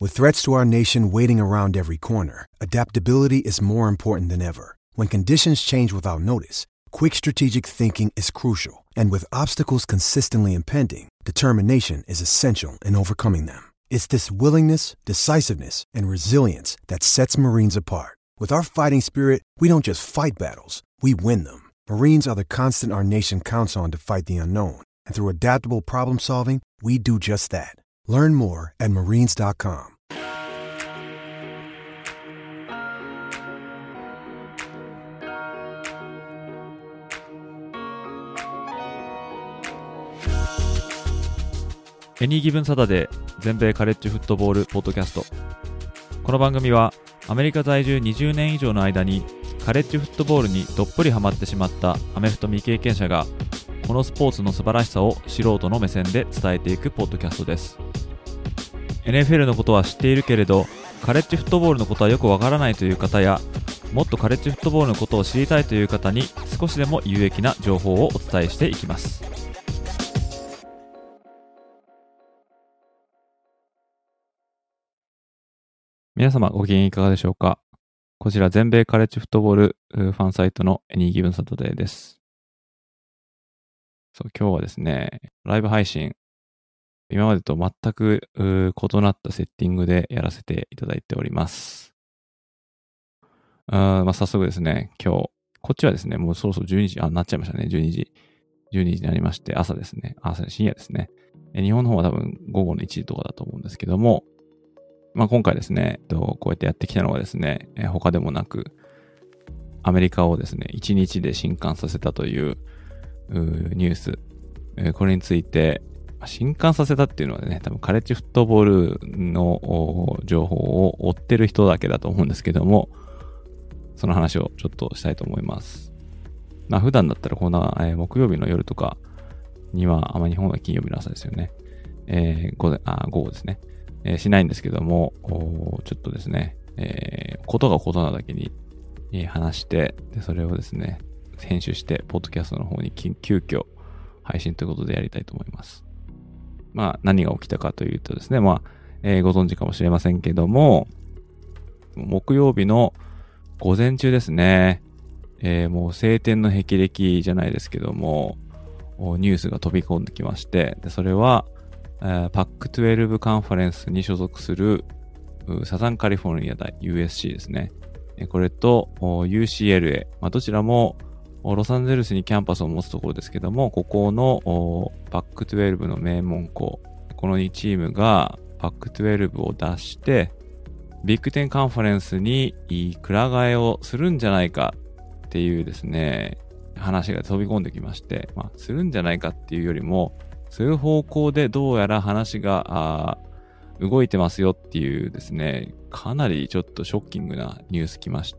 With threats to our nation waiting around every corner, adaptability is more important than ever. When conditions change without notice, quick strategic thinking is crucial. And with obstacles consistently impending, determination is essential in overcoming them. It's this willingness, decisiveness, and resilience that sets Marines apart. With our fighting spirit, we don't just fight battles, we win them. Marines are the constant our nation counts on to fight the unknown. And through adaptable problem solving, we do just that. Learn more at marines.com. エニーギブンサタデー全米カレッジフットボールポッドキャスト。この番組はアメリカ在住20年以上の間にカレッジフットボールにどっぷりハマってしまったアメフト未経験者がこのスポーツの素晴らしさを素人の目線で伝えていくポッドキャストです。 NFL のことは知っているけれどカレッジフットボールのことはよくわからないという方や、もっとカレッジフットボールのことを知りたいという方に少しでも有益な情報をお伝えしていきます。皆様ご機嫌いかがでしょうか。こちら全米カレッジフットボールファンサイトのエニーギブンサタデーです。そう、今日はですね、ライブ配信、今までと全く異なったセッティングでやらせていただいております。早速ですね、今日、こっちはですね、もうそろそろ12時、なっちゃいましたね、12時になりまして、朝ですね、深夜ですね。日本の方は多分午後の1時とかだと思うんですけども、今回ですね、こうやってやってきたのはですね、他でもなく、アメリカをですね、1日で震撼させたというニュース、これについて、震撼させたっていうのはね、多分カレッジフットボールの情報を追ってる人だけだと思うんですけども、その話をちょっとしたいと思います。普段だったらこんな、木曜日の夜とかには、日本は金曜日の朝ですよね。午後ですね。しないんですけども、ちょっとですね、ことが異なるだけに、話して、で、それをですね、編集して、ポッドキャストの方に急遽配信ということでやりたいと思います。何が起きたかというとですね、ご存知かもしれませんけども、木曜日の午前中ですね、もう晴天の霹靂じゃないですけども、ニュースが飛び込んできまして、で、それは、PAC-12 カンファレンスに所属するサザンカリフォルニア大 USC ですね。これと UCLA、どちらもロサンゼルスにキャンパスを持つところですけども、ここの PAC-12 の名門校、この2チームが PAC-12 を脱してビッグ10カンファレンスにくら替えをするんじゃないかっていうですね、話が飛び込んできまして、するんじゃないかっていうよりも、そういう方向でどうやら話が動いてますよっていうですね、かなりちょっとショッキングなニュース来まして、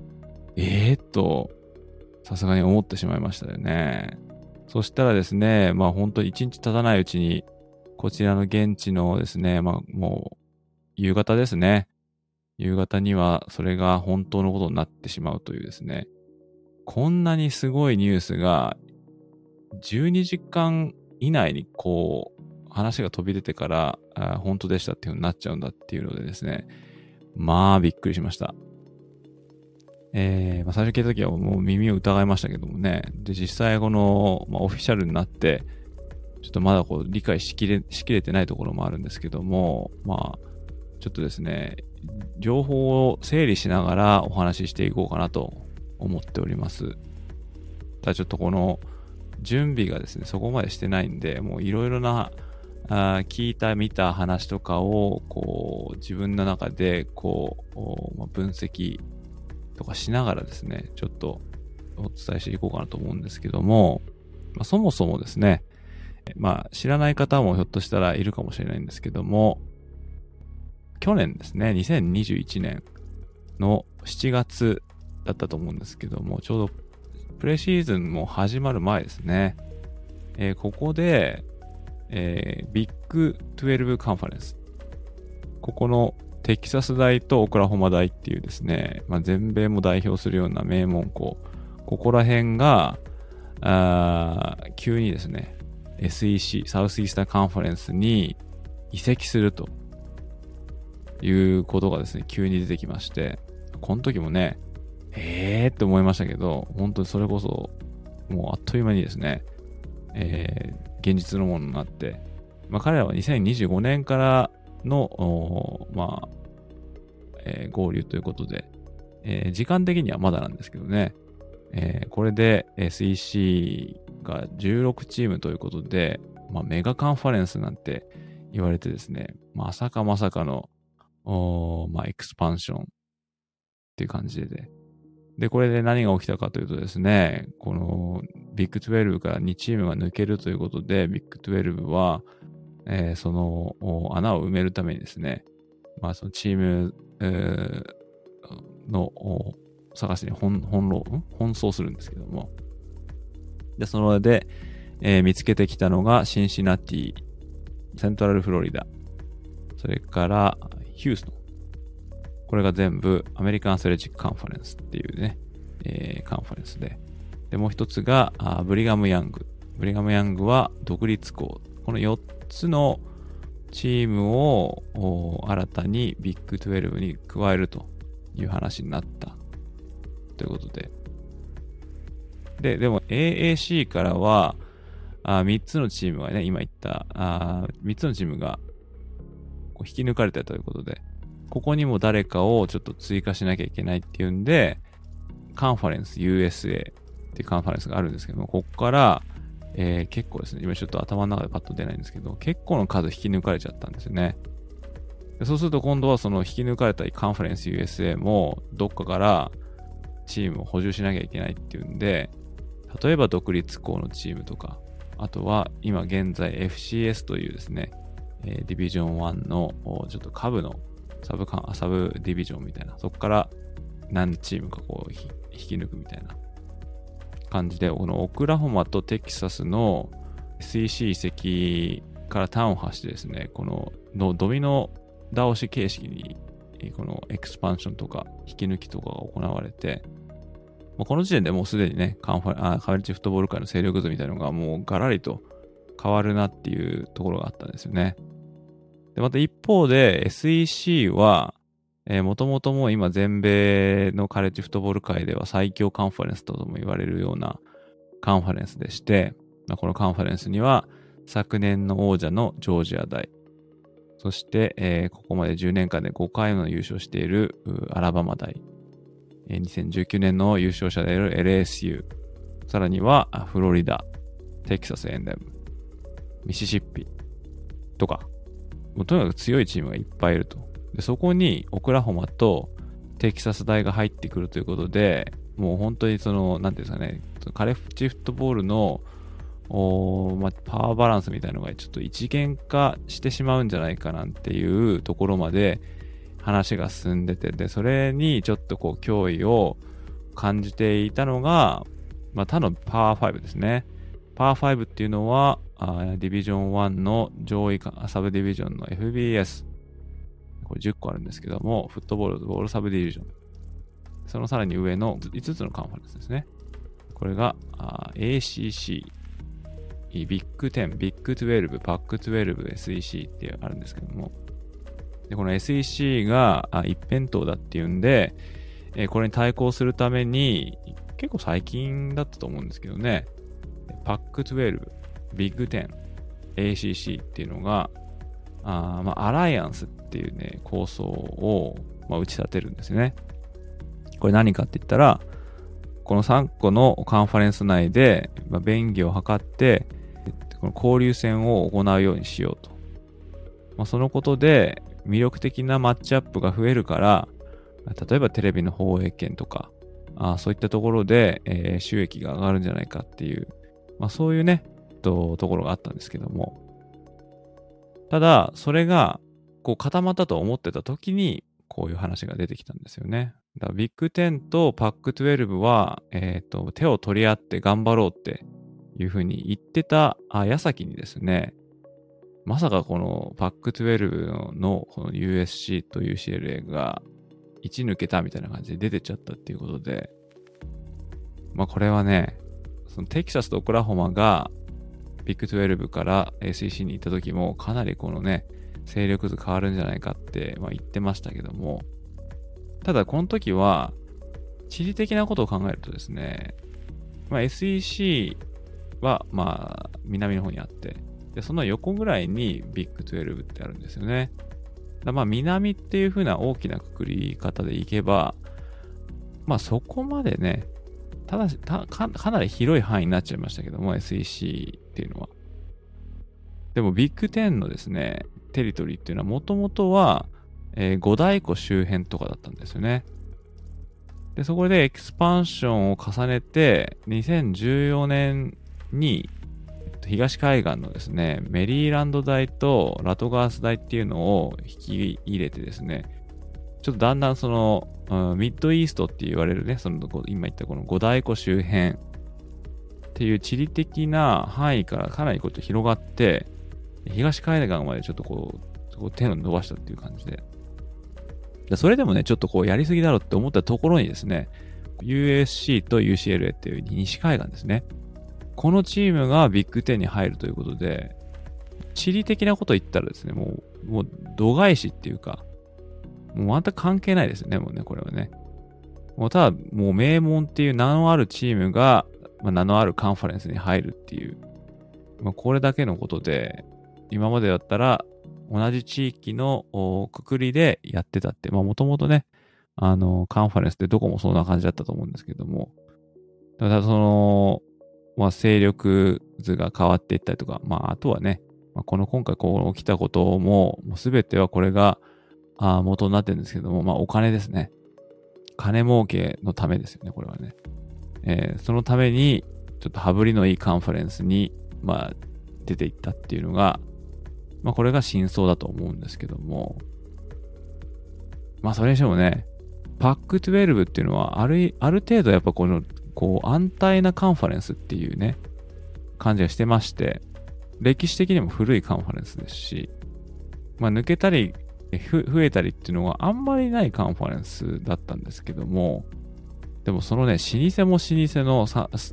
さすがに思ってしまいましたよね。そしたらですね、本当に1日経たないうちに、こちらの現地のですね、もう夕方ですね。夕方にはそれが本当のことになってしまうというですね、こんなにすごいニュースが12時間以内に話が飛び出てから本当でしたっていう風になっちゃうんだっていうのでですね、びっくりしました。最初聞いた時はもう耳を疑いましたけどもね。で、実際この、オフィシャルになってちょっとまだ理解しきれてないところもあるんですけども、ちょっとですね、情報を整理しながらお話ししていこうかなと思っております。ただちょっとこの準備がですね、そこまでしてないんで、もういろいろな聞いた見た話とかを自分の中で分析とかしながらですね、ちょっとお伝えしていこうかなと思うんですけども、そもそもですね、知らない方もひょっとしたらいるかもしれないんですけども、去年ですね、2021年の7月だったと思うんですけども、ちょうどプレシーズンも始まる前ですね。ここで、ビッグ12カンファレンス。ここのテキサス大とオクラホマ大っていうですね、全米も代表するような名門校。ここら辺が、急にですね、SEC、サウスイースターカンファレンスに移籍するということがですね、急に出てきまして、この時もね、って思いましたけど、本当にそれこそ、もうあっという間にですね、現実のものになって、彼らは2025年からの、合流ということで、時間的にはまだなんですけどね、これで SEC が16チームということで、メガカンファレンスなんて言われてですね、まさかの、エクスパンションっていう感じで、これで何が起きたかというとですね、このビッグ12から2チームが抜けるということで、ビッグ12は、その穴を埋めるためにですね、そのチーム、の探しに奔走するんですけども。で、それで、見つけてきたのがシンシナティ、セントラルフロリダ、それからヒューストン。これが全部アメリカンアスレチックカンファレンスっていうね、カンファレンスで。で、もう一つがブリガムヤング。ブリガムヤングは独立校。この4つのチームを新たにビッグ12に加えるという話になったということで。でも AAC からは3つのチームがね、今言った3つのチームが引き抜かれたということで、ここにも誰かをちょっと追加しなきゃいけないっていうんで、カンファレンス USA っていうカンファレンスがあるんですけども、ここから、結構ですね、今ちょっと頭の中でパッと出ないんですけど、結構の数引き抜かれちゃったんですよね。でそうすると今度はその引き抜かれたカンファレンス USA もどっかからチームを補充しなきゃいけないっていうんで、例えば独立校のチームとか、あとは今現在 FCS というですね、ディビジョン1のちょっと下部のサブディビジョンみたいな、そこから何チームかこう引き抜くみたいな感じで、このオクラホマとテキサスの SEC 移籍から端を発してですね、このドミノ倒し形式にこのエクスパンションとか引き抜きとかが行われて、この時点でもうすでにね、カレッジフットボール界の勢力図みたいなのがもうガラリと変わるなっていうところがあったんですよね。で、また一方で SEC は、もともともう今全米のカレッジフットボール界では最強カンファレンスとも言われるようなカンファレンスでして、このカンファレンスには昨年の王者のジョージア大、そして、ここまで10年間で5回の優勝しているアラバマ大、2019年の優勝者である LSU、さらにはフロリダ、テキサス A&M、ミシシッピとか、もうとにかく強いチームがいっぱいいると。で、そこにオクラホマとテキサス大が入ってくるということで、もう本当になんていうんですかね、カレッジフットボールのパワーバランスみたいなのがちょっと一元化してしまうんじゃないかなんていうところまで話が進んでて、で、それにちょっとこう脅威を感じていたのが、他のパワー5ですね。パワー5っていうのは、ディビジョン1の上位サブディビジョンの FBS。これ10個あるんですけども、フットボールサブディビジョン。そのさらに上の5つのカンファレンスですね。これがACC、ビッグ10、ビッグ12、パック12、SEC ってあるんですけども。で、この SEC が一辺倒だっていうんで、これに対抗するために、結構最近だったと思うんですけどね、パック12、ビッグ10、ACC っていうのが、アライアンスっていうね、構想を、打ち立てるんですよね。これ何かって言ったら、この3個のカンファレンス内で、便宜を図って、この交流戦を行うようにしようと。そのことで、魅力的なマッチアップが増えるから、例えばテレビの放映権とか、そういったところで、収益が上がるんじゃないかっていう、そういうね、ところがあったんですけども。ただ、それが、こう固まったと思ってた時に、こういう話が出てきたんですよね。だからビッグ10とパック12は、手を取り合って頑張ろうっていうふうに言ってた矢先にですね、まさかこのパック12のこの USC と UCLA が1抜けたみたいな感じで出てっちゃったっていうことで、これはね、そのテキサスとオクラホマがビッグ12から SEC に行った時もかなりこのね、 勢力図変わるんじゃないかって、言ってましたけども、ただこの時は、地理的なことを考えるとですね、SEC は、南の方にあって、で、その横ぐらいにビッグ12ってあるんですよね。南っていう風な大きなくくり方でいけば、そこまでね、かなり広い範囲になっちゃいましたけども、SEC っていうのは。でも、ビッグ10のですね、テリトリーっていうのは、もともとは、五大湖周辺とかだったんですよね。で、そこでエクスパンションを重ねて、2014年に、東海岸のですね、メリーランド大とラトガース大っていうのを引き入れてですね、ちょっとだんだんその、ミッドイーストって言われるね、その今言ったこの五大湖周辺っていう地理的な範囲からかなりこう広がって、東海岸までちょっとこう手を伸ばしたっていう感じで。それでもね、ちょっとこうやりすぎだろうって思ったところにですね、USC と UCLA っていう西海岸ですね。このチームがビッグ10に入るということで、地理的なこと言ったらですね、もう度外視っていうか、もう全く関係ないですよね、もうね、これはね。もうただ、もう名門っていう名のあるチームが、名のあるカンファレンスに入るっていう、これだけのことで、今までだったら、同じ地域のくくりでやってたって、もともとね、カンファレンスってどこもそんな感じだったと思うんですけども、ただその、勢力図が変わっていったりとか、あとはね、今回こう起きたことも、すべてはこれが元になってるんですけども、お金ですね。金儲けのためですよね、これはね。そのために、ちょっと羽振りのいいカンファレンスに、出ていったっていうのが、これが真相だと思うんですけども、それにしてもね、パック12っていうのは、ある程度やっぱ安泰なカンファレンスっていうね、感じがしてまして、歴史的にも古いカンファレンスですし、抜けたり、増えたりっていうのがあんまりないカンファレンスだったんですけども、でもそのね、老舗も老舗の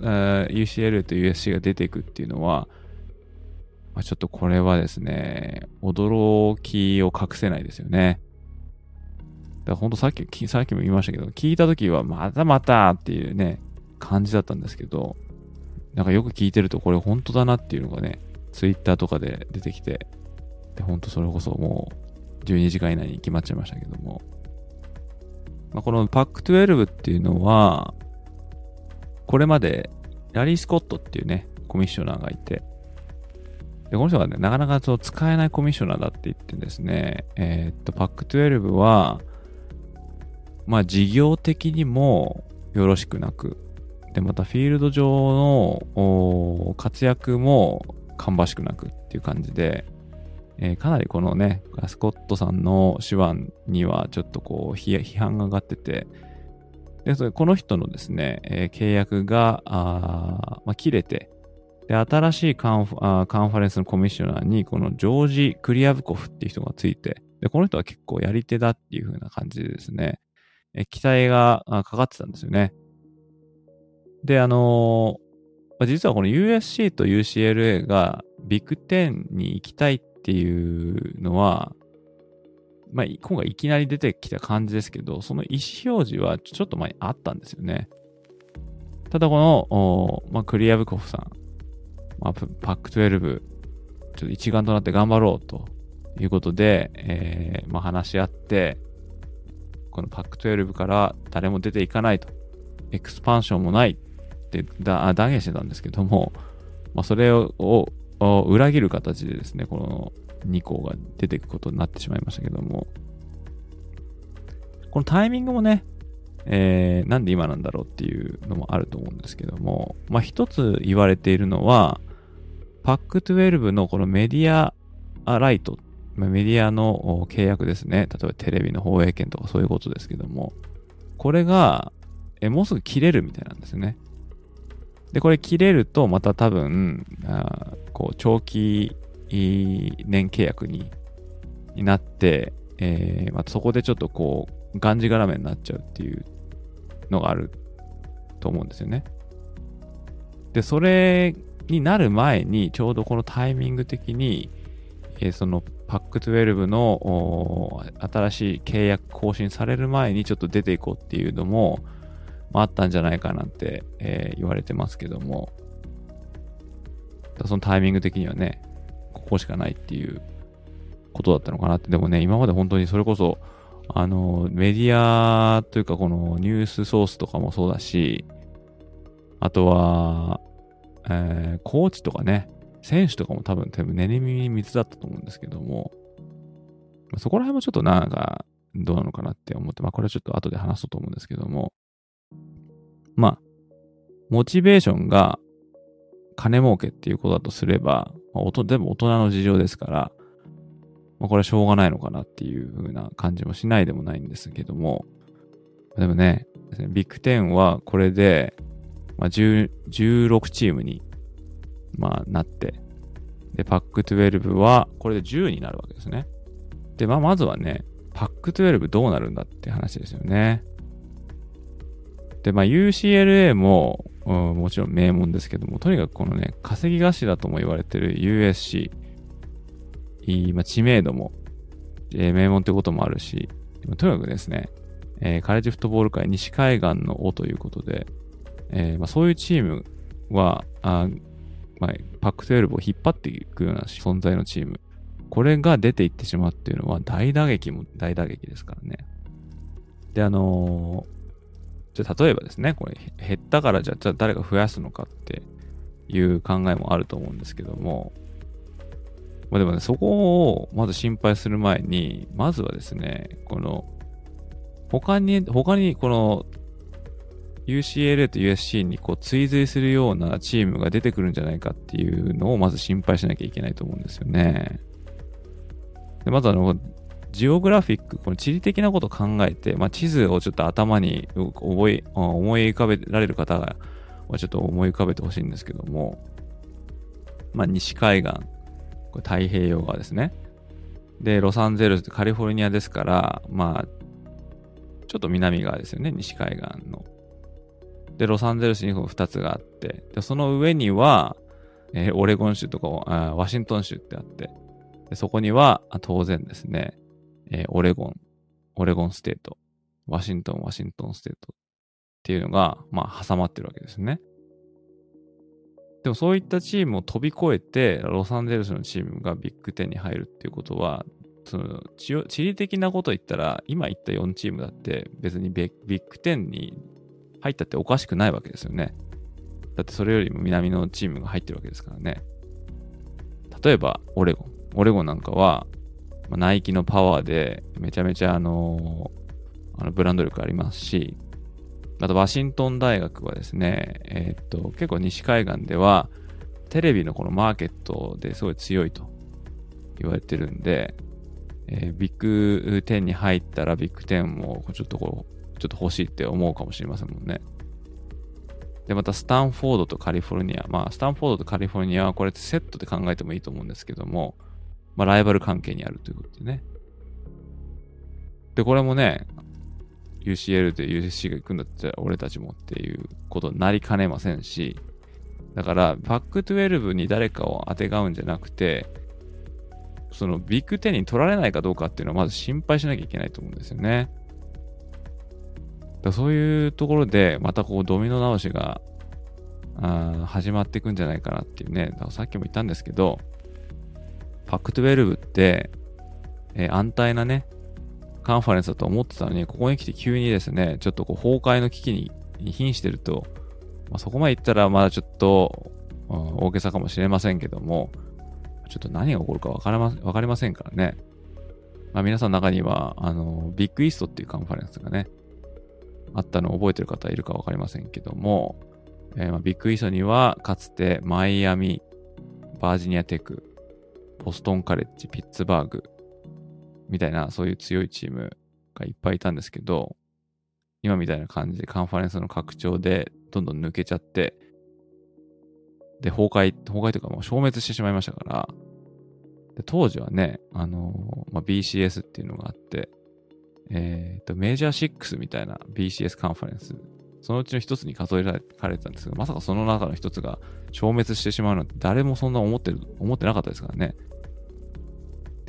UCLA と USC が出ていくっていうのは、ちょっとこれはですね、驚きを隠せないですよね。だから本当さっきも言いましたけど、聞いたときはまたっていうね、感じだったんですけど、なんかよく聞いてるとこれ本当だなっていうのがね、ツイッターとかで出てきて、で、本当それこそもう12時間以内に決まっちゃいましたけども、このパック12っていうのは、これまでラリー・スコットっていうね、コミッショナーがいて、で、この人がね、なかなか使えないコミッショナーだって言ってですね、パック12は、事業的にもよろしくなく、で、またフィールド上の活躍も芳しくなくっていう感じで、かなりこのね、スコットさんの手腕にはちょっと批判が上がってて、で、この人のですね、契約が、切れて、で、新しいカンファレンスのコミッショナーに、このジョージ・クリアブコフっていう人がついて、で、この人は結構やり手だっていう風な感じでですね、期待がかかってたんですよね。で、実はこの USC と UCLA がビッグ10に行きたいっていうのは、今回いきなり出てきた感じですけど、その意思表示はちょっと前にあったんですよね。ただこの、クリアブコフさん、パック12、ちょっと一丸となって頑張ろうということで、話し合って、このパック12から誰も出ていかないと、エクスパンションもないって断言してたんですけども、それを裏切る形でですね、この2校が出ていくことになってしまいましたけども、このタイミングもね、なんで今なんだろうっていうのもあると思うんですけども、一つ言われているのは、パック12のこのメディアライト、メディアの契約ですね。例えばテレビの放映権とかそういうことですけども、これがもうすぐ切れるみたいなんですよね。で、これ切れるとまた多分、長期年契約になって、またそこでちょっとがんじがらめになっちゃうっていうのがあると思うんですよね。で、それになる前にちょうどこのタイミング的に、そのパック12の新しい契約更新される前にちょっと出ていこうっていうのも、あったんじゃないかなって、言われてますけども、そのタイミング的にはね、ここしかないっていうことだったのかなって。でもね、今まで本当にそれこそ、メディアというかこのニュースソースとかもそうだし、あとは、コーチとかね、選手とかも多分寝耳に水だったと思うんですけども、そこら辺もちょっとなんかどうなのかなって思って、これはちょっと後で話そうと思うんですけども、モチベーションが金儲けっていうことだとすれば、でも大人の事情ですから、これはしょうがないのかなっていう風な感じもしないでもないんですけども、でもね、ビッグ10はこれで、16チームに、なって、で、パック12はこれで10になるわけですね。で、まずはね、パック12どうなるんだって話ですよね。で、UCLA も、もちろん名門ですけども、とにかくこのね、稼ぎ頭とも言われてる USC、知名度も、名門ってこともあるし、とにかくですね、カレッジフットボール界西海岸の王ということで、そういうチームは、パック12を引っ張っていくような存在のチーム、これが出ていってしまうっていうのは大打撃ですからね。で、じゃあ例えばですね、これ減ったからじゃあ誰が増やすのかっていう考えもあると思うんですけども、でもね、そこをまず心配する前に、まずはですね、この、他にこの UCLA と USC にこう追随するようなチームが出てくるんじゃないかっていうのをまず心配しなきゃいけないと思うんですよね。でまずジオグラフィック、この地理的なことを考えて、地図をちょっと頭に思い浮かべられる方はちょっと思い浮かべてほしいんですけども、西海岸、これ太平洋側ですね。で、ロサンゼルスってカリフォルニアですから、ちょっと南側ですよね、西海岸の。で、ロサンゼルスに2つがあって、でその上には、オレゴン州とかワシントン州ってあって、でそこには当然ですね、オレゴンステート、ワシントンステートっていうのが、挟まってるわけですね。でもそういったチームを飛び越えて、ロサンゼルスのチームがビッグ10に入るっていうことは、その地理的なことを言ったら、今言った4チームだって別にビッグ10に入ったっておかしくないわけですよね。だってそれよりも南のチームが入ってるわけですからね。例えばオレゴンなんかは、ナイキのパワーでめちゃめちゃブランド力ありますし、あとワシントン大学はですね、結構西海岸ではテレビのこのマーケットですごい強いと言われてるんで、ビッグ10に入ったらビッグ10もちょっと欲しいって思うかもしれませんもんね。で、またスタンフォードとカリフォルニア。スタンフォードとカリフォルニアはこれセットで考えてもいいと思うんですけども、ライバル関係にあるということでね。で、これもね、UCL で USC が行くんだったら俺たちもっていうことになりかねませんし、だからパック12に誰かを当てがうんじゃなくて、そのビッグ10に取られないかどうかっていうのはまず心配しなきゃいけないと思うんですよね。だそういうところでまたこうドミノ直しが始まっていくんじゃないかなっていうね。だからさっきも言ったんですけど、パック12って、安泰なね、カンファレンスだと思ってたのに、ここに来て急にですね、ちょっとこう崩壊の危機に瀕してると、そこまで言ったらまだちょっと、大げさかもしれませんけども、ちょっと何が起こるかわかりませんからね。皆さんの中には、ビッグイーストっていうカンファレンスがね、あったのを覚えてる方いるかわかりませんけども、ビッグイーストにはかつてマイアミ、バージニアテク、ボストンカレッジ、ピッツバーグみたいなそういう強いチームがいっぱいいたんですけど、今みたいな感じでカンファレンスの拡張でどんどん抜けちゃって、で、崩壊というかもう消滅してしまいましたから、で当時はね、BCS っていうのがあって、メジャー6みたいな BCS カンファレンス、そのうちの一つに数えられたんですが、まさかその中の一つが消滅してしまうなんて誰もそんな思ってなかったですからね。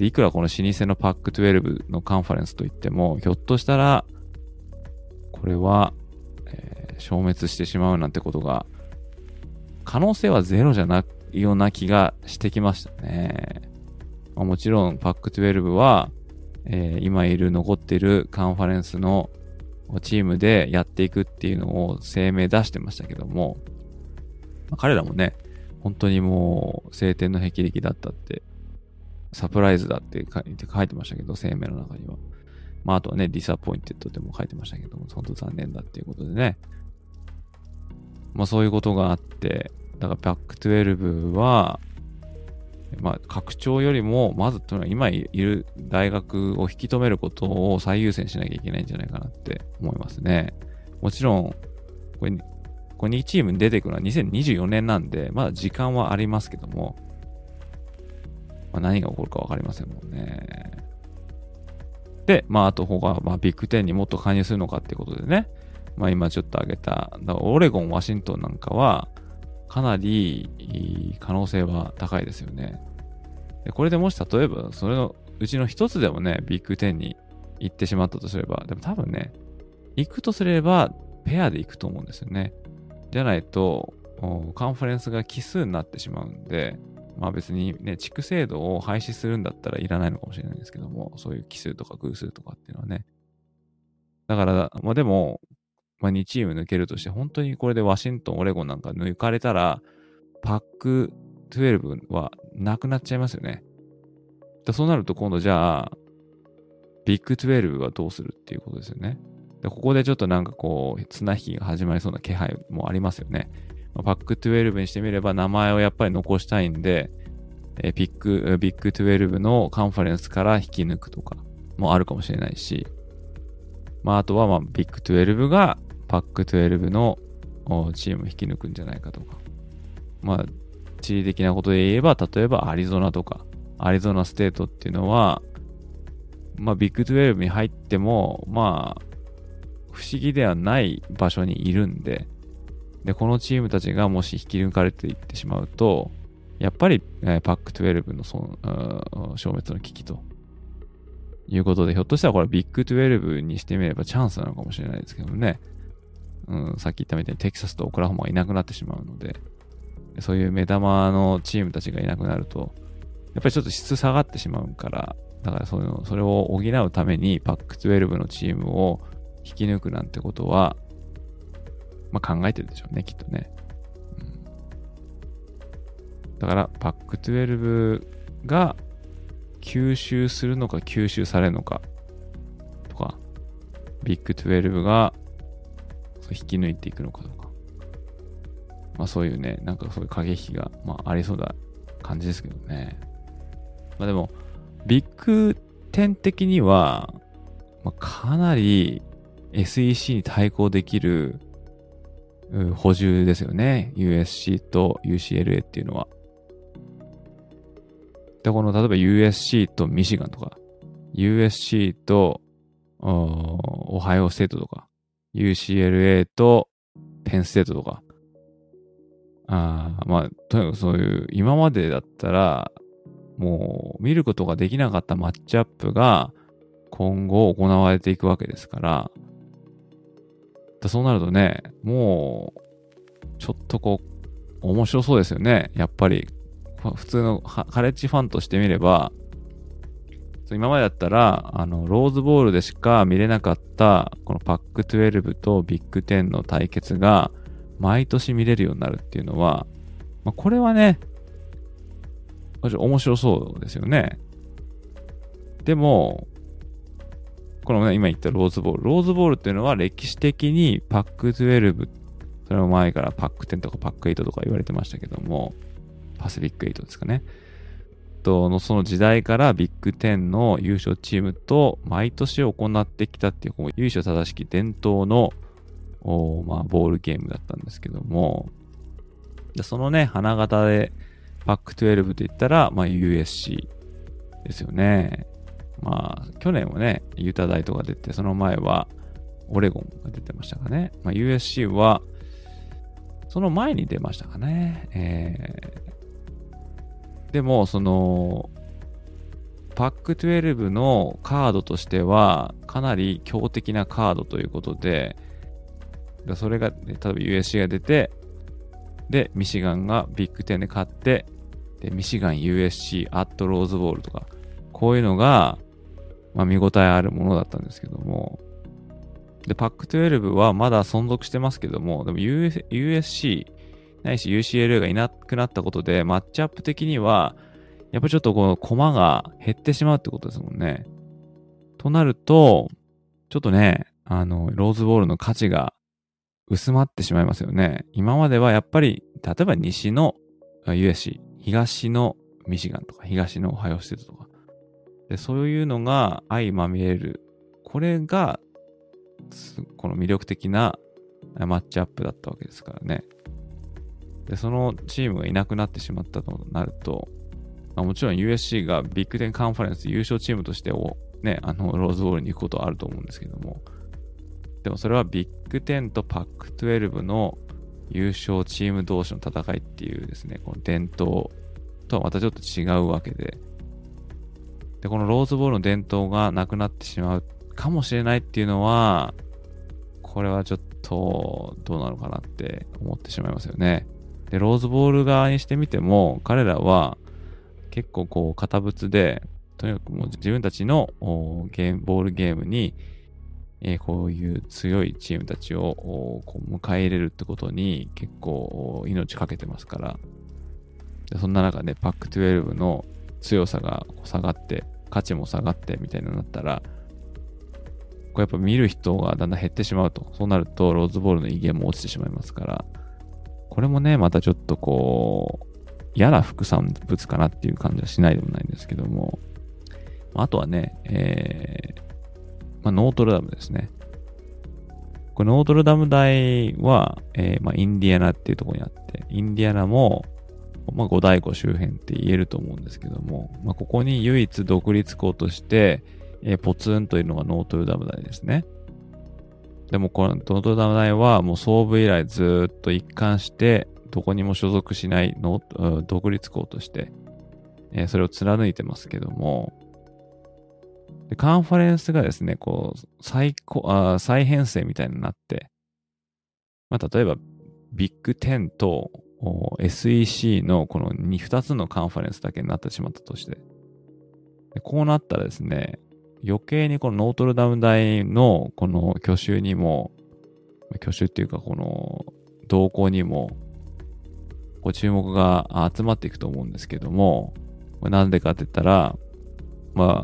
で、いくらこの老舗のパック12のカンファレンスといっても、ひょっとしたら、これは、消滅してしまうなんてことが、可能性はゼロじゃないような気がしてきましたね。もちろん、パック12は、今残っているカンファレンスのチームでやっていくっていうのを声明出してましたけども、彼らもね、本当にもう晴天の霹靂だったって、サプライズだって書いてましたけど、声明の中には。あとはね、ディサポインテッドでも書いてましたけども、本当残念だっていうことでね。そういうことがあって、だからパック12は、拡張よりも、まずというのは今いる大学を引き止めることを最優先しなきゃいけないんじゃないかなって思いますね。もちろん、これ2チームに出てくるのは2024年なんで、まだ時間はありますけども、何が起こるか分かりませんもんね。で、あと他は、ビッグ10にもっと加入するのかっていうことでね、今ちょっと挙げた、オレゴン、ワシントンなんかは、かなり可能性は高いですよね。でこれでもし例えば、それのうちの一つでもね、ビッグ10に行ってしまったとすれば、でも多分ね、行くとすれば、ペアで行くと思うんですよね。じゃないと、カンファレンスが奇数になってしまうんで、別にね、地区制度を廃止するんだったらいらないのかもしれないんですけども、そういう奇数とか偶数とかっていうのはね。だから、でも、2チーム抜けるとして、本当にこれでワシントン、オレゴンなんか抜かれたら、パック12はなくなっちゃいますよね。そうなると今度じゃあ、ビッグ12はどうするっていうことですよね。でここでちょっとなんかこう、綱引きが始まりそうな気配もありますよね。パック12にしてみれば名前をやっぱり残したいんで、ビッグ12のカンファレンスから引き抜くとかもあるかもしれないし、あとはビッグ12がパック12のチームを引き抜くんじゃないかとか。地理的なことで言えば、例えばアリゾナとか、アリゾナステートっていうのは、ビッグ12に入っても、不思議ではない場所にいるんで、このチームたちがもし引き抜かれていってしまうと、やっぱり、パック12の消滅の危機ということで、ひょっとしたらこれビッグ12にしてみればチャンスなのかもしれないですけどね。さっき言ったみたいにテキサスとオクラホマがいなくなってしまうので、そういう目玉のチームたちがいなくなると、やっぱりちょっと質下がってしまうから、だからそれを補うためにパック12のチームを引き抜くなんてことは、考えてるでしょうね、きっとね。だからパック12が吸収するのか吸収されるのかとか、ビッグ12が引き抜いていくのかとか。そういうね、なんかそういう過激が、ありそうな感じですけどね。でも、ビッグ10的には、かなり SEC に対抗できる補充ですよね。USC と UCLA っていうのは。で、例えば USC とミシガンとか、USC とオハイオステートとか、UCLA とペンステートとか、とにかくそういう、今までだったら、もう見ることができなかったマッチアップが今後行われていくわけですから、そうなるとね、もう、ちょっと面白そうですよね。やっぱり、普通のカレッジファンとしてみれば、今までだったら、ローズボールでしか見れなかった、このパック12とビッグ10の対決が、毎年見れるようになるっていうのは、これはね、面白そうですよね。でも、このね、今言ったローズボールっていうのは歴史的にパック12、それも前からパック10とかパック8とか言われてましたけども、パシフィック8ですかね。その時代からビッグ10の優勝チームと毎年行ってきたっていう、由緒正しき伝統のボールゲームだったんですけども、そのね、花形でパック12と言ったら、USC ですよね。去年はね、ユタ大とか出て、その前はオレゴンが出てましたかね。USC は、その前に出ましたかパパック12のカードとしては、かなり強敵なカードということで、それが、例えば USC が出て、で、ミシガンがビッグ10で勝って、で、ミシガン USC アットローズボールとか、こういうのが、見応えあるものだったんですけども、で、パック12はまだ存続してますけども、でも USC ないし UCLA がいなくなったことで、マッチアップ的には、やっぱちょっとこの駒が減ってしまうってことですもんね。となると、ちょっとね、ローズボールの価値が薄まってしまいますよね。今まではやっぱり、例えば西の USC、東のミシガンとか、東のオハイオステートとか。で、そういうのが相まみえる。これが、この魅力的なマッチアップだったわけですからね。で、そのチームがいなくなってしまったとなると、もちろん USC がビッグ10カンファレンス優勝チームとしてね、ローズボールに行くことはあると思うんですけども、でもそれはビッグ10とパック12の優勝チーム同士の戦いっていうですね、この伝統とはまたちょっと違うわけで、で、このローズボールの伝統がなくなってしまうかもしれないっていうのは、これはちょっとどうなのかなって思ってしまいますよね。で、ローズボール側にしてみても、彼らは結構こう堅物で、とにかくもう自分たちのボールゲームに、こういう強いチームたちをこう迎え入れるってことに結構命かけてますから、でそんな中でパック12の強さが下がって、価値も下がってみたいになったら、これやっぱ見る人がだんだん減ってしまうと。そうなるとローズボールの威厳も落ちてしまいますから、これもね、またちょっとこう、嫌な副産物かなっていう感じはしないでもないんですけども、あとはね、ノートルダムですね。これノートルダム大は、インディアナっていうところにあって、インディアナも、五大湖周辺って言えると思うんですけども、ここに唯一独立校として、ポツンといるのがノートルダム大ですね。でもこのノートルダム大はもう創部以来ずっと一貫してどこにも所属しない独立校として、それを貫いてますけども、でカンファレンスがですね、こう再編成みたいになって、例えばビッグ10とSEC のこの2つのカンファレンスだけになってしまったとして、でこうなったらですね、余計にこのノートルダム大のこの去就っていうかこの動向にも注目が集まっていくと思うんですけども、これなんでかって言ったら、例えば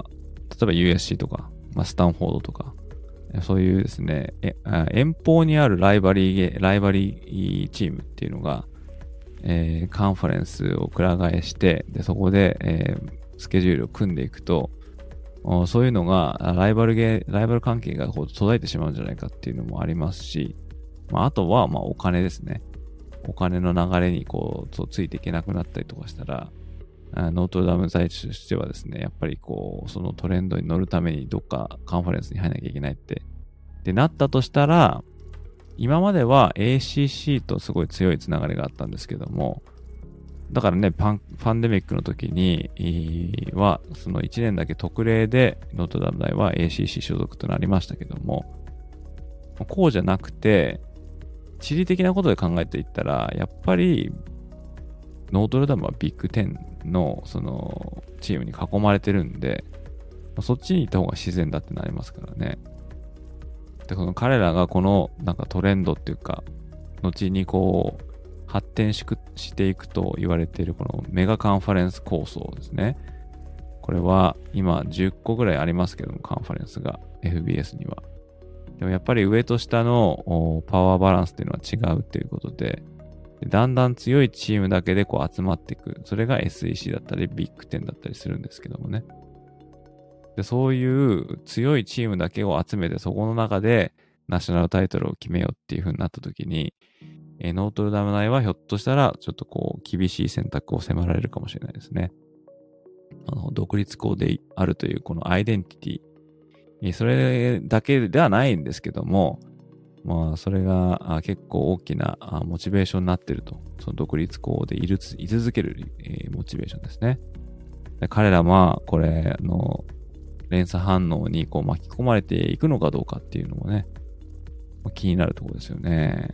USC とか、スタンフォードとか、そういうですね、遠方にあるライバリーチームっていうのが、カンファレンスをくら替えして、でそこで、スケジュールを組んでいくと、そういうのがライバル関係がこう途絶えてしまうんじゃないかっていうのもありますし、あとはお金ですね。お金の流れにこうついていけなくなったりとかしたら、ノートルダム大としてはですね、やっぱりこうそのトレンドに乗るためにどっかカンファレンスに入らなきゃいけないってでなったとしたら、今までは ACC とすごい強いつながりがあったんですけども、だからね、パンデミックの時には、その1年だけ特例でノートルダム大は ACC 所属となりましたけども、こうじゃなくて、地理的なことで考えていったら、やっぱりノートルダムはビッグ10のそのチームに囲まれてるんで、そっちに行った方が自然だってなりますからね。で、その彼らがこのなんかトレンドっていうか、後にこう発展していくと言われているこのメガカンファレンス構想ですね。これは今10個ぐらいありますけども、カンファレンスが FBS には。でもやっぱり上と下のパワーバランスっていうのは違うっていうことで、だんだん強いチームだけでこう集まっていく。それが SEC だったりビッグ10だったりするんですけどもね。で、そういう強いチームだけを集めて、そこの中でナショナルタイトルを決めようっていう風になった時に、ノートルダム大はひょっとしたらちょっとこう厳しい選択を迫られるかもしれないですね。独立校であるというこのアイデンティティ、それだけではないんですけども、それが結構大きなモチベーションになっていると。その独立校で居続けるモチベーションですね。 で彼らは、これ、連鎖反応にこう巻き込まれていくのかどうかっていうのもね、気になるところですよね。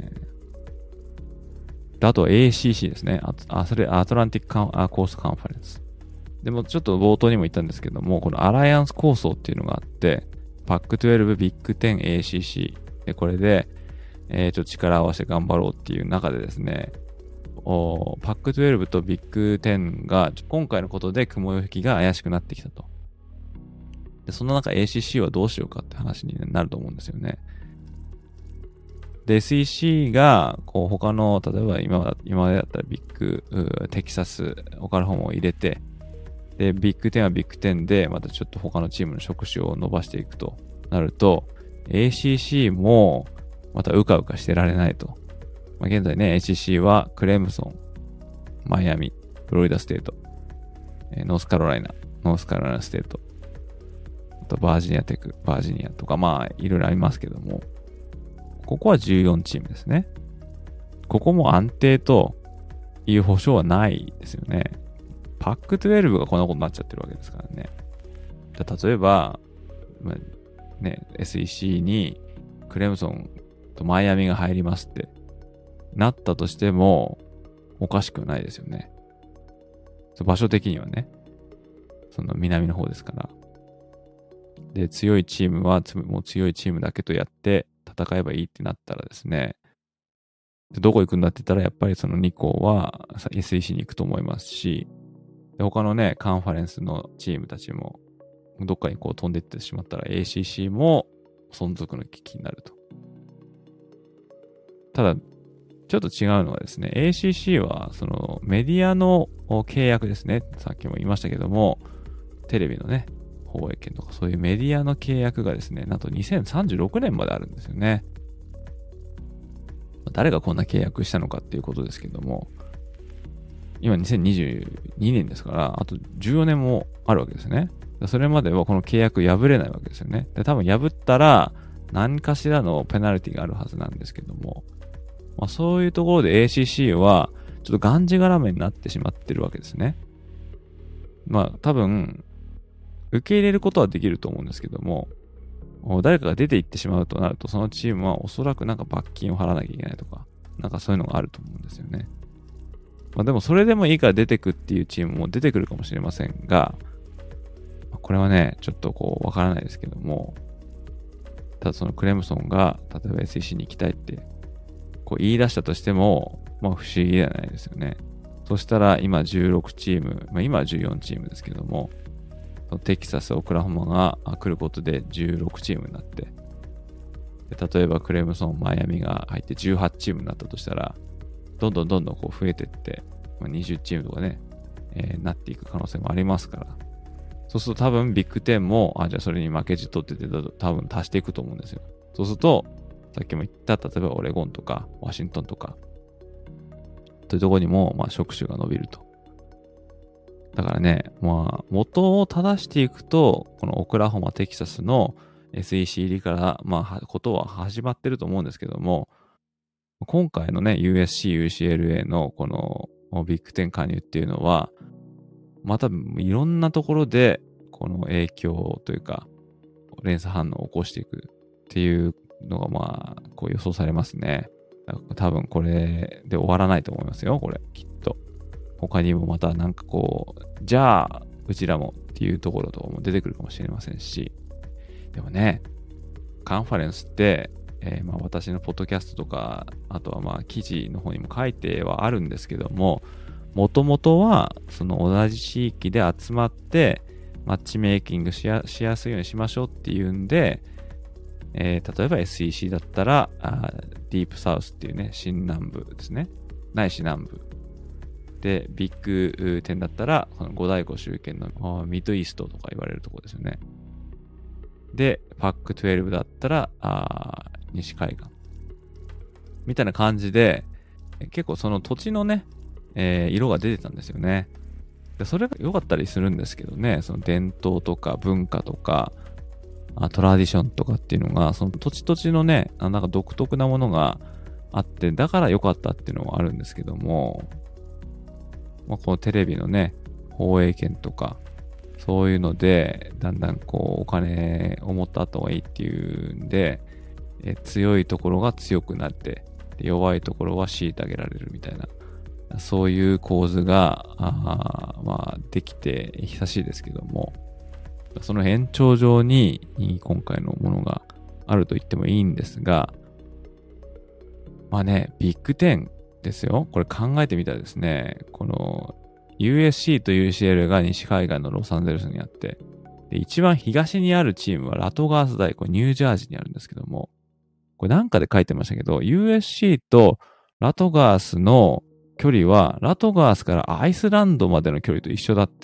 であと ACC ですね。それアトランティックコーストカンファレンス。でもちょっと冒頭にも言ったんですけども、このアライアンス構想っていうのがあって、PAC12、ビッグ10、ACC。で、これで、ちょっと力を合わせて頑張ろうっていう中でですね、PAC12 とビッグ10が今回のことで雲行きが怪しくなってきたと。で、その中 ACC はどうしようかって話になると思うんですよね。で、SEC が、こう、他の、例えば今までだったらビッグ、テキサス、オカラホマを入れて、で、ビッグ10はビッグ10で、またちょっと他のチームの職種を伸ばしていくとなると、ACC も、またうかうかしてられないと。まあ、現在ね、ACC はクレムソン、マイアミ、フロリダステート、ノースカロライナステート、あとバージニアテク、バージニアとか、まあ、いろいろありますけども、ここは14チームですね。ここも安定という保証はないですよね。PAC12 がこんなことになっちゃってるわけですからね。例えば、ね、SEC にクレムソンとマイアミが入りますってなったとしてもおかしくないですよね。場所的にはね。その南の方ですから。で、強いチームはもう強いチームだけとやって戦えばいいってなったらですね、でどこ行くんだって言ったらやっぱりその2校は SEC に行くと思いますし、で他のね、カンファレンスのチームたちもどっかにこう飛んでいってしまったら ACC も存続の危機になると。ただ、ちょっと違うのはですね、ACC はそのメディアの契約ですね。さっきも言いましたけども、テレビのね、放映権とかそういうメディアの契約がですね、なんと2036年まであるんですよね。誰がこんな契約したのかっていうことですけども、今2022年ですから、あと14年もあるわけですね。それまではこの契約破れないわけですよね。で、多分破ったら何かしらのペナルティがあるはずなんですけども、まあ、そういうところで ACC はちょっとがんじがらめになってしまってるわけですね。まあ多分受け入れることはできると思うんですけども、誰かが出て行ってしまうとなると、そのチームはおそらくなんか罰金を払わなきゃいけないとか、なんかそういうのがあると思うんですよね。まあでもそれでもいいから出てくっていうチームも出てくるかもしれませんが、これはね、ちょっとこうわからないですけども、ただそのクレムソンが例えば SEC に行きたいってこう言い出したとしても、まあ不思議ではないですよね。そしたら今16チーム、まあ今は14チームですけども、テキサス、オクラホマが来ることで16チームになって、で例えばクレムソン、マイアミが入って18チームになったとしたら、どんどんこう増えていって、まあ、20チームとかね、なっていく可能性もありますから、そうすると多分ビッグ10も、じゃあそれに負けじとってて多分足していくと思うんですよ。そうすると、さっきも言った、例えばオレゴンとかワシントンとか、というところにも、まあ、職種が伸びると。だからね、まあ、元を正していくと、このオクラホマ、テキサスの SEC 入りから、まあ、ことは始まってると思うんですけども、今回のね、USC、UCLA のこのビッグ10加入っていうのは、またいろんなところで、この影響というか、連鎖反応を起こしていくっていうのが、まあ、こう予想されますね。多分これで終わらないと思いますよ、これ、きっと。他にもまたなんかこう、じゃあ、うちらもっていうところとかも出てくるかもしれませんし、でもね、カンファレンスって、まあ私のポッドキャストとか、あとはまあ記事の方にも書いてはあるんですけども、もともとはその同じ地域で集まってマッチメイキングしやすいようにしましょうっていうんで、例えば SEC だったらディープサウスっていうね、新南部ですね。ないし南部。で、ビッグ10だったら、その五大湖周辺のミッドイーストとか言われるところですよね。で、PAC12 だったら、西海岸。みたいな感じで、結構その土地のね、色が出てたんですよね。でそれが良かったりするんですけどね、その伝統とか文化とか、トラディションとかっていうのが、その土地土地のね、なんか独特なものがあって、だから良かったっていうのはあるんですけども、まあ、このテレビのね、放映権とか、 そういうので、だんだんこう、お金を持った方がいいっていうんで、強いところが強くなって、弱いところは虐げられるみたいな、そういう構図が、まあ、できて久しいですけども、その延長上に今回のものがあると言ってもいいんですが、まあね、ビッグ10ですよ。これ考えてみたらですね、この USC と UCL が西海岸のロサンゼルスにあって、で一番東にあるチームはラトガース大、これニュージャージーにあるんですけども、これなんかで書いてましたけど、USC とラトガースの距離は、ラトガースからアイスランドまでの距離と一緒だって。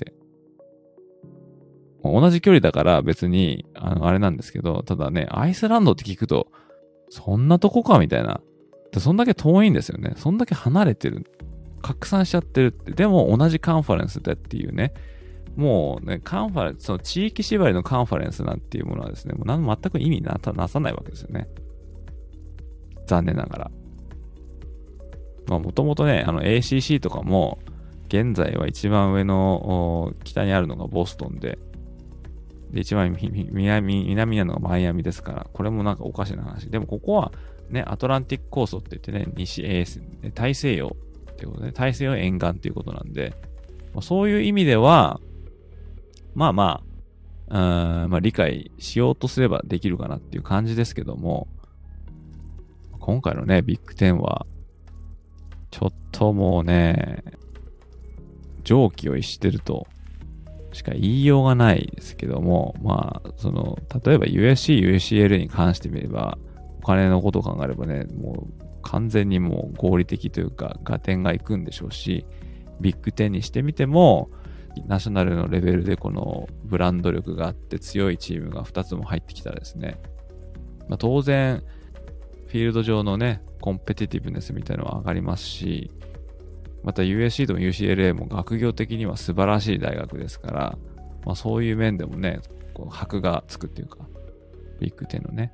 同じ距離だから別に、あれなんですけど、ただね、アイスランドって聞くと、そんなとこかみたいな。そんだけ遠いんですよね。そんだけ離れてる。拡散しちゃってるって。でも同じカンファレンスだっていうね。もうね、カンファレンス、その地域縛りのカンファレンスなんていうものはですね、もう全く意味なさないわけですよね。残念ながら。まあもともとね、ACC とかも、現在は一番上の北にあるのがボストンで、一番南なのがマイアミですから、これもなんかおかしな話。でもここはね、アトランティックコーストって言ってね、大西洋っていうことね、大西洋沿岸っていうことなんで、そういう意味では、まあ理解しようとすればできるかなっていう感じですけども、今回のね、ビッグ10は、ちょっともうね、常軌を逸してるとしか言いようがないですけども、まあ、例えば USC、UCL に関してみれば、お金のことを考えればね、もう完全にもう合理的というか、合点がいくんでしょうし、ビッグ10にしてみても、ナショナルのレベルでこのブランド力があって強いチームが2つも入ってきたらですね、まあ、当然、フィールド上のね、コンペティティブネスみたいなのは上がりますし、また USC とも UCLA も学業的には素晴らしい大学ですから、まあそういう面でもね、こう箔がつくっていうか、ビッグ10のね。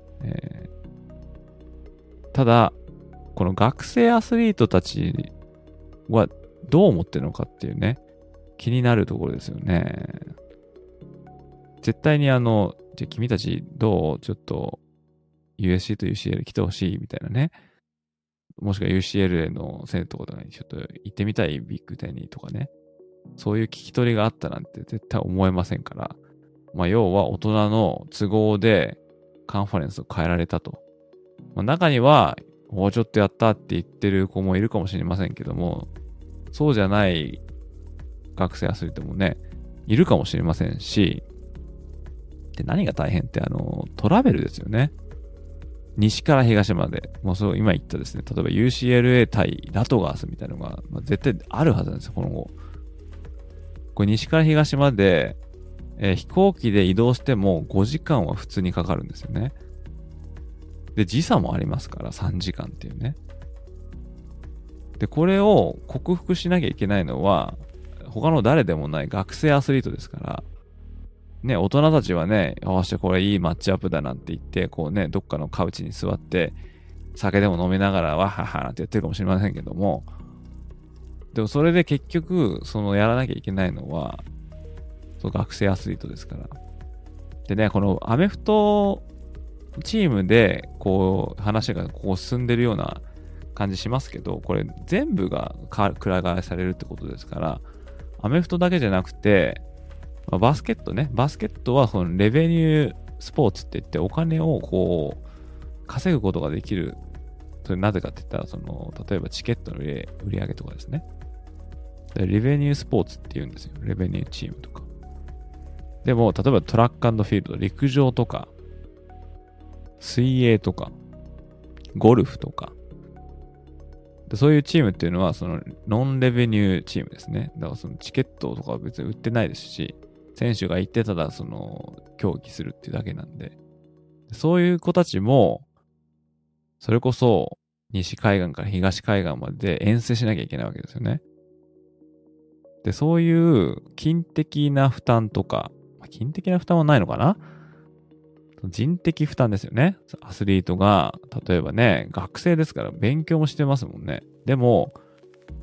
ただ、この学生アスリートたちはどう思ってるのかっていうね、気になるところですよね。絶対にじゃあ君たちどうちょっと USC と UCL 来てほしいみたいなね。もしくは UCLA の生徒とかにちょっと行ってみたいビッグ10にとかね。そういう聞き取りがあったなんて絶対思えませんから。まあ要は大人の都合でカンファレンスを変えられたと。まあ、中には、もうちょっとやったって言ってる子もいるかもしれませんけども、そうじゃない学生アスリートもね、いるかもしれませんし、で、何が大変ってトラベルですよね。西から東まで、もうそう今言ったですね、例えば UCLA 対ラトガースみたいなのが、絶対あるはずなんですよ、この後。これ西から東まで、飛行機で移動しても5時間は普通にかかるんですよね。で、時差もありますから3時間っていうね。で、これを克服しなきゃいけないのは、他の誰でもない学生アスリートですから、ね、大人たちはね、よっしゃ、これいいマッチアップだなんて言って、こうね、どっかのカウチに座って、酒でも飲みながら、わははなんてやってるかもしれませんけども、でもそれで結局、やらなきゃいけないのは、学生アスリートですから。でね、このアメフトチームで、こう、話がこう進んでるような感じしますけど、これ全部がくら替えされるってことですから、アメフトだけじゃなくて、バスケットね。バスケットはそのレベニュースポーツって言ってお金をこう稼ぐことができる。それなぜかって言ったら例えばチケットの売り上げとかですね。レベニュースポーツって言うんですよ。レベニューチームとか。でも例えばトラック&フィールド、陸上とか、水泳とか、ゴルフとか。でそういうチームっていうのはノンレベニューチームですね。だからチケットとかは別に売ってないですし、選手が行ってただ競技するっていうだけなんで、そういう子たちもそれこそ西海岸から東海岸まで遠征しなきゃいけないわけですよね。で、そういう金的な負担とか、金的な負担はないのかな？人的負担ですよね。アスリートが、例えばね、学生ですから勉強もしてますもんね。でも、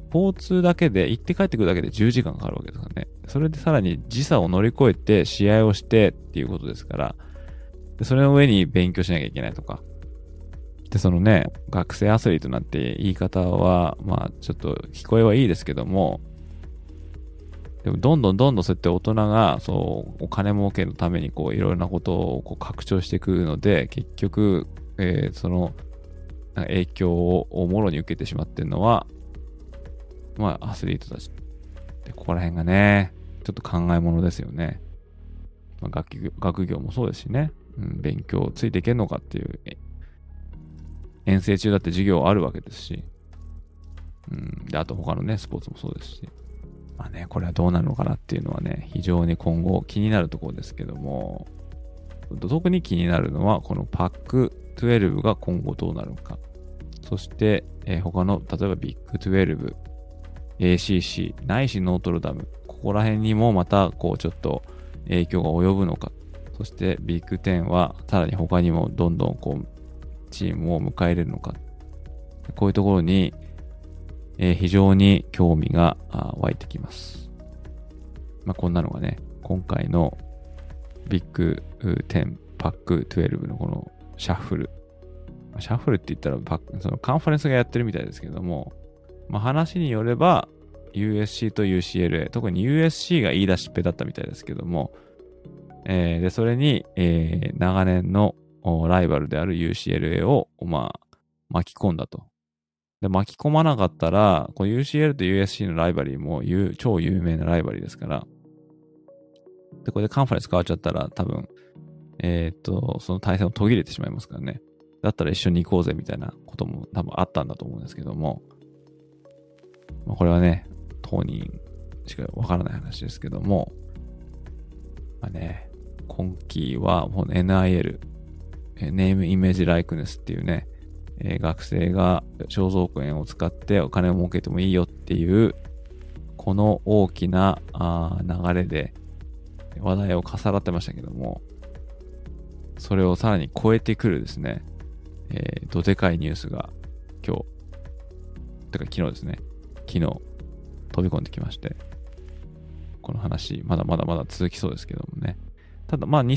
交通だけで、行って帰ってくるだけで10時間かかるわけですからね。それでさらに時差を乗り越えて試合をしてっていうことですから、でそれの上に勉強しなきゃいけないとか。で、そのね、学生アスリートなんて言い方は、まあちょっと聞こえはいいですけども、でもどんどんそうやって大人が、そう、お金儲けのためにこういろいろなことをこう拡張していくので、結局、その影響をもろに受けてしまっているのは、まあアスリートたち。で、ここら辺がね、ちょっと考えものですよね。まあ、学業もそうですしね、勉強ついていけるのかっていう、遠征中だって授業あるわけですし、で、あと他のね、スポーツもそうですし、まあね、これはどうなるのかなっていうのはね、非常に今後気になるところですけども、特に気になるのは、このパック12が今後どうなるのか。そして、他の、例えばビッグ12、ACC、ないしノートルダム、ここら辺にもまた、こう、ちょっと影響が及ぶのか。そして、ビッグ10は、さらに他にもどんどん、こう、チームを迎え入れるのか。こういうところに、非常に興味が湧いてきます。まあ、こんなのがね、今回のビッグ10、パック12のこのシャッフル。シャッフルって言ったらそのカンファレンスがやってるみたいですけども、まあ、話によれば USC と UCLA、特に USC が言い出しっぺだったみたいですけども、で、それに、長年のライバルである UCLA を、まあ、巻き込んだと。で、巻き込まなかったら、こう UCL と USC のライバリーも超有名なライバリーですから、で、これでカンファレンス変わっちゃったら、多分、その対戦を途切れてしまいますからね。だったら一緒に行こうぜみたいなことも多分あったんだと思うんですけども、まあ、これはね、当人しかわからない話ですけども、まあね、今期はもう NIL、ネームイメージライクネスっていうね、学生が肖像権を使ってお金を儲けてもいいよっていう、この大きな流れで話題を重なってましたけども、それをさらに超えてくるですね、どでかいニュースが今日、てか昨日ですね、昨日飛び込んできまして、この話、まだ続きそうですけどもね。ただ、まあ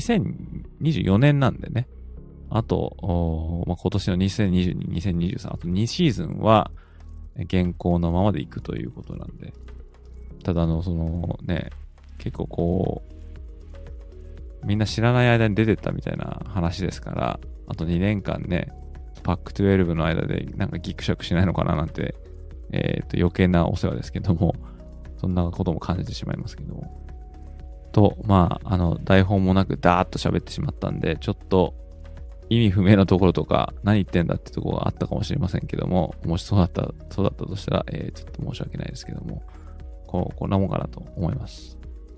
2024年なんでね、あと、まあ、今年の2022、2023、あと2シーズンは現行のままでいくということなんで、ただそのね、結構こう、みんな知らない間に出てったみたいな話ですから、あと2年間ね、パック12の間でなんかギクシャクしないのかななんて、余計なお世話ですけども、そんなことも感じてしまいますけども。と、まあ、台本もなくダーッと喋ってしまったんで、ちょっと意味不明なところとか、何言ってんだってところがあったかもしれませんけども、もしそうだったとしたら、ちょっと申し訳ないですけども、こんなもんかなと思います。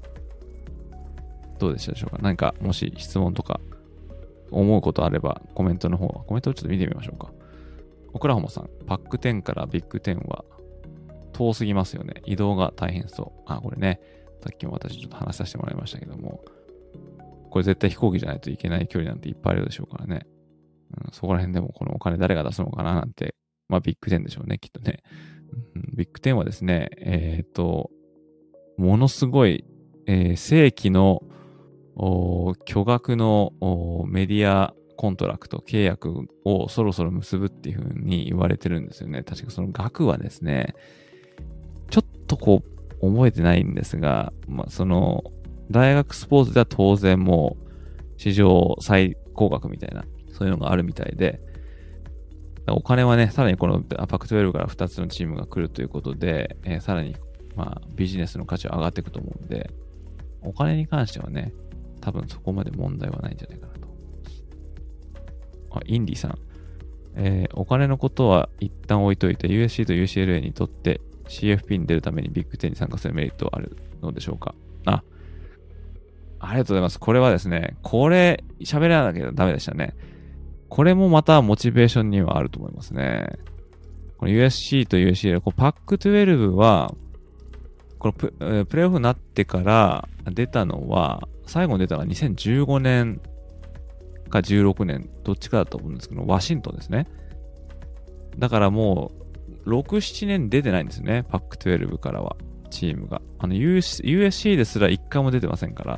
どうでしたでしょうか。何か、もし質問とか、思うことあれば、コメントをちょっと見てみましょうか。オクラホマさん、パック10からビッグ10は遠すぎますよね。移動が大変そう。これね、さっきも私ちょっと話させてもらいましたけども、これ絶対飛行機じゃないといけない距離なんていっぱいあるでしょうからね。そこら辺でもこのお金誰が出すのかななんて、まあビッグ10でしょうね、きっとね。ビッグ10はですね、ものすごい、正規の巨額のメディアコントラクト、契約をそろそろ結ぶっていう風に言われてるんですよね。確かその額はですね、ちょっとこう覚えてないんですが、まあその大学スポーツでは当然もう史上最高額みたいな、そういうのがあるみたいで、お金はね、さらにこのパック12から2つのチームが来るということで、さらにまあビジネスの価値は上がっていくと思うんで、お金に関してはね、多分そこまで問題はないんじゃないかなと。インディさん。お金のことは一旦置いといて USC と UCLA にとって CFP に出るためにビッグ10に参加するメリットはあるのでしょうか。ありがとうございます。これはですね、これ喋らなきゃダメでしたね。これもまたモチベーションにはあると思いますね。この USC と UCLA、パック12は、このプレイオフになってから出たのは、最後に出たのが2015年か16年、どっちかだと思うんですけど、ワシントンですね。だからも 6、7年出てないんですね。パック12からは、チームが。USC ですら1回も出てませんから。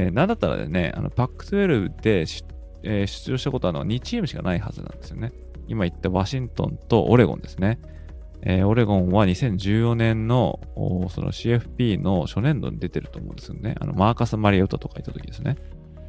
なんだったらね、パック12で出場したことは2チームしかないはずなんですよね。今言ったワシントンとオレゴンですね。オレゴンは2014年のその CFP の初年度に出てると思うんですよね。マーカス・マリオッタとかいた時ですね。だから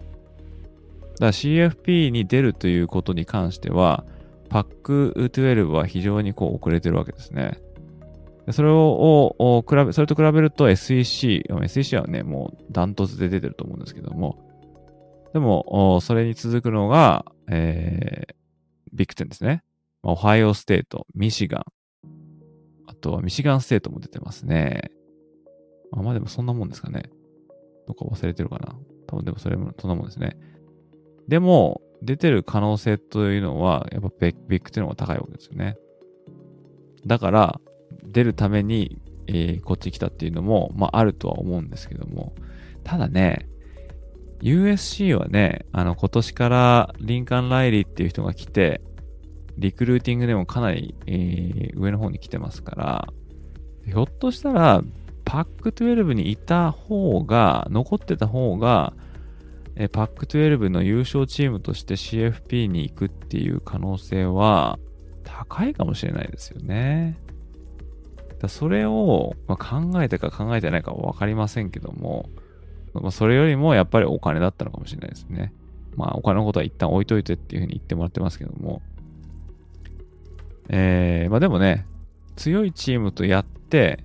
CFP に出るということに関しては、パック12は非常に遅れてるわけですね。それと比べると SEC はね、もうダントツで出てると思うんですけども、でも、それに続くのが、ビッグ10ですね。オハイオステート、ミシガン、あとはミシガンステートも出てますね。まあでもそんなもんですかね。どっか忘れてるかな。多分でもそんなもんですね。でも、出てる可能性というのは、やっぱビッグ10の方が高いわけですよね。だから、出るために、こっち来たっていうのも、あるとは思うんですけども、ただね、USC はね、今年からリンカーン・ライリーっていう人が来て、リクルーティングでもかなり、上の方に来てますから、ひょっとしたら、パック12にいた方が、残ってた方が、パック12の優勝チームとして CFP に行くっていう可能性は高いかもしれないですよね。それを、考えたか考えてないかは分かりませんけども、それよりもやっぱりお金だったのかもしれないですね。お金のことは一旦置いといてっていうふうに言ってもらってますけども。でもね、強いチームとやって、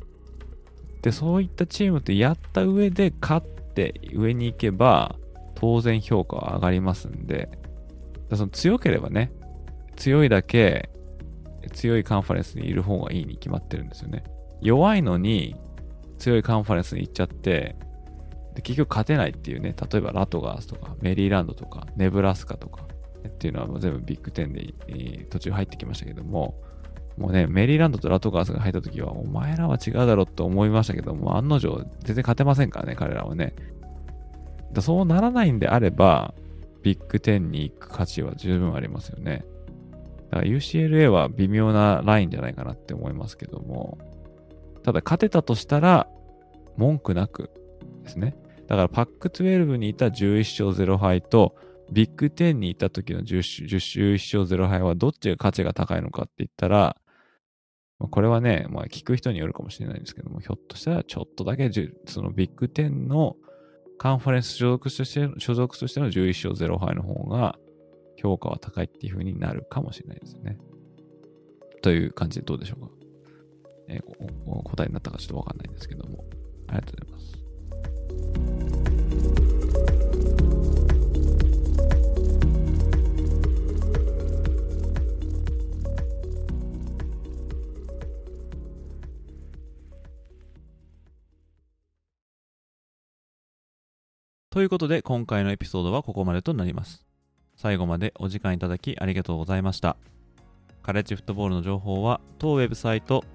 で、そういったチームとやった上で勝って上に行けば、当然評価は上がりますんで、その強ければね、強いだけ強いカンファレンスにいる方がいいに決まってるんですよね。弱いのに強いカンファレンスに行っちゃって、で結局勝てないっていうね、例えばラトガースとかメリーランドとかネブラスカとかっていうのはもう全部ビッグ10で途中入ってきましたけども、もうね、メリーランドとラトガースが入った時はお前らは違うだろうと思いましたけども、案の定全然勝てませんからね、彼らはね。そうならないんであれば、ビッグ10に行く価値は十分ありますよね。だから UCLA は微妙なラインじゃないかなって思いますけども、ただ勝てたとしたら文句なくですね。だからパック12にいた11勝0敗とビッグ10にいた時の11勝0敗はどっちが価値が高いのかって言ったら、これはね、聞く人によるかもしれないんですけども、ひょっとしたらちょっとだけそのビッグ10のカンファレンス所属としての11勝0敗の方が評価は高いっていう風になるかもしれないですね。という感じでどうでしょうか。答えになったかちょっとわかんないんですけども。ありがとうございます。ということで今回のエピソードはここまでとなります。最後までお時間いただきありがとうございました。カレッジフットボールの情報は当ウェブサイト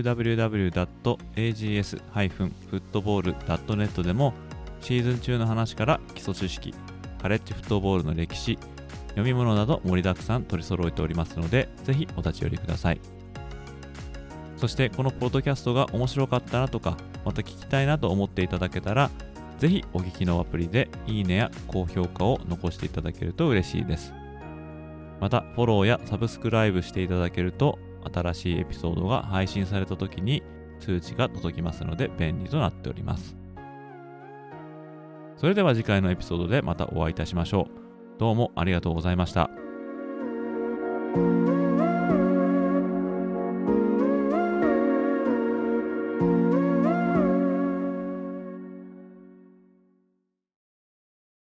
www.ags-football.net でもシーズン中の話から基礎知識、カレッジフットボールの歴史、読み物など盛りだくさん取り揃えておりますので、ぜひお立ち寄りください。そしてこのポッドキャストが面白かったなとか、また聞きたいなと思っていただけたら、ぜひお聞きのアプリでいいねや高評価を残していただけると嬉しいです。またフォローやサブスクライブしていただけると新しいエピソードが配信された時に通知が届きますので便利となっております。それでは次回のエピソードでまたお会いいたしましょう。どうもありがとうございました。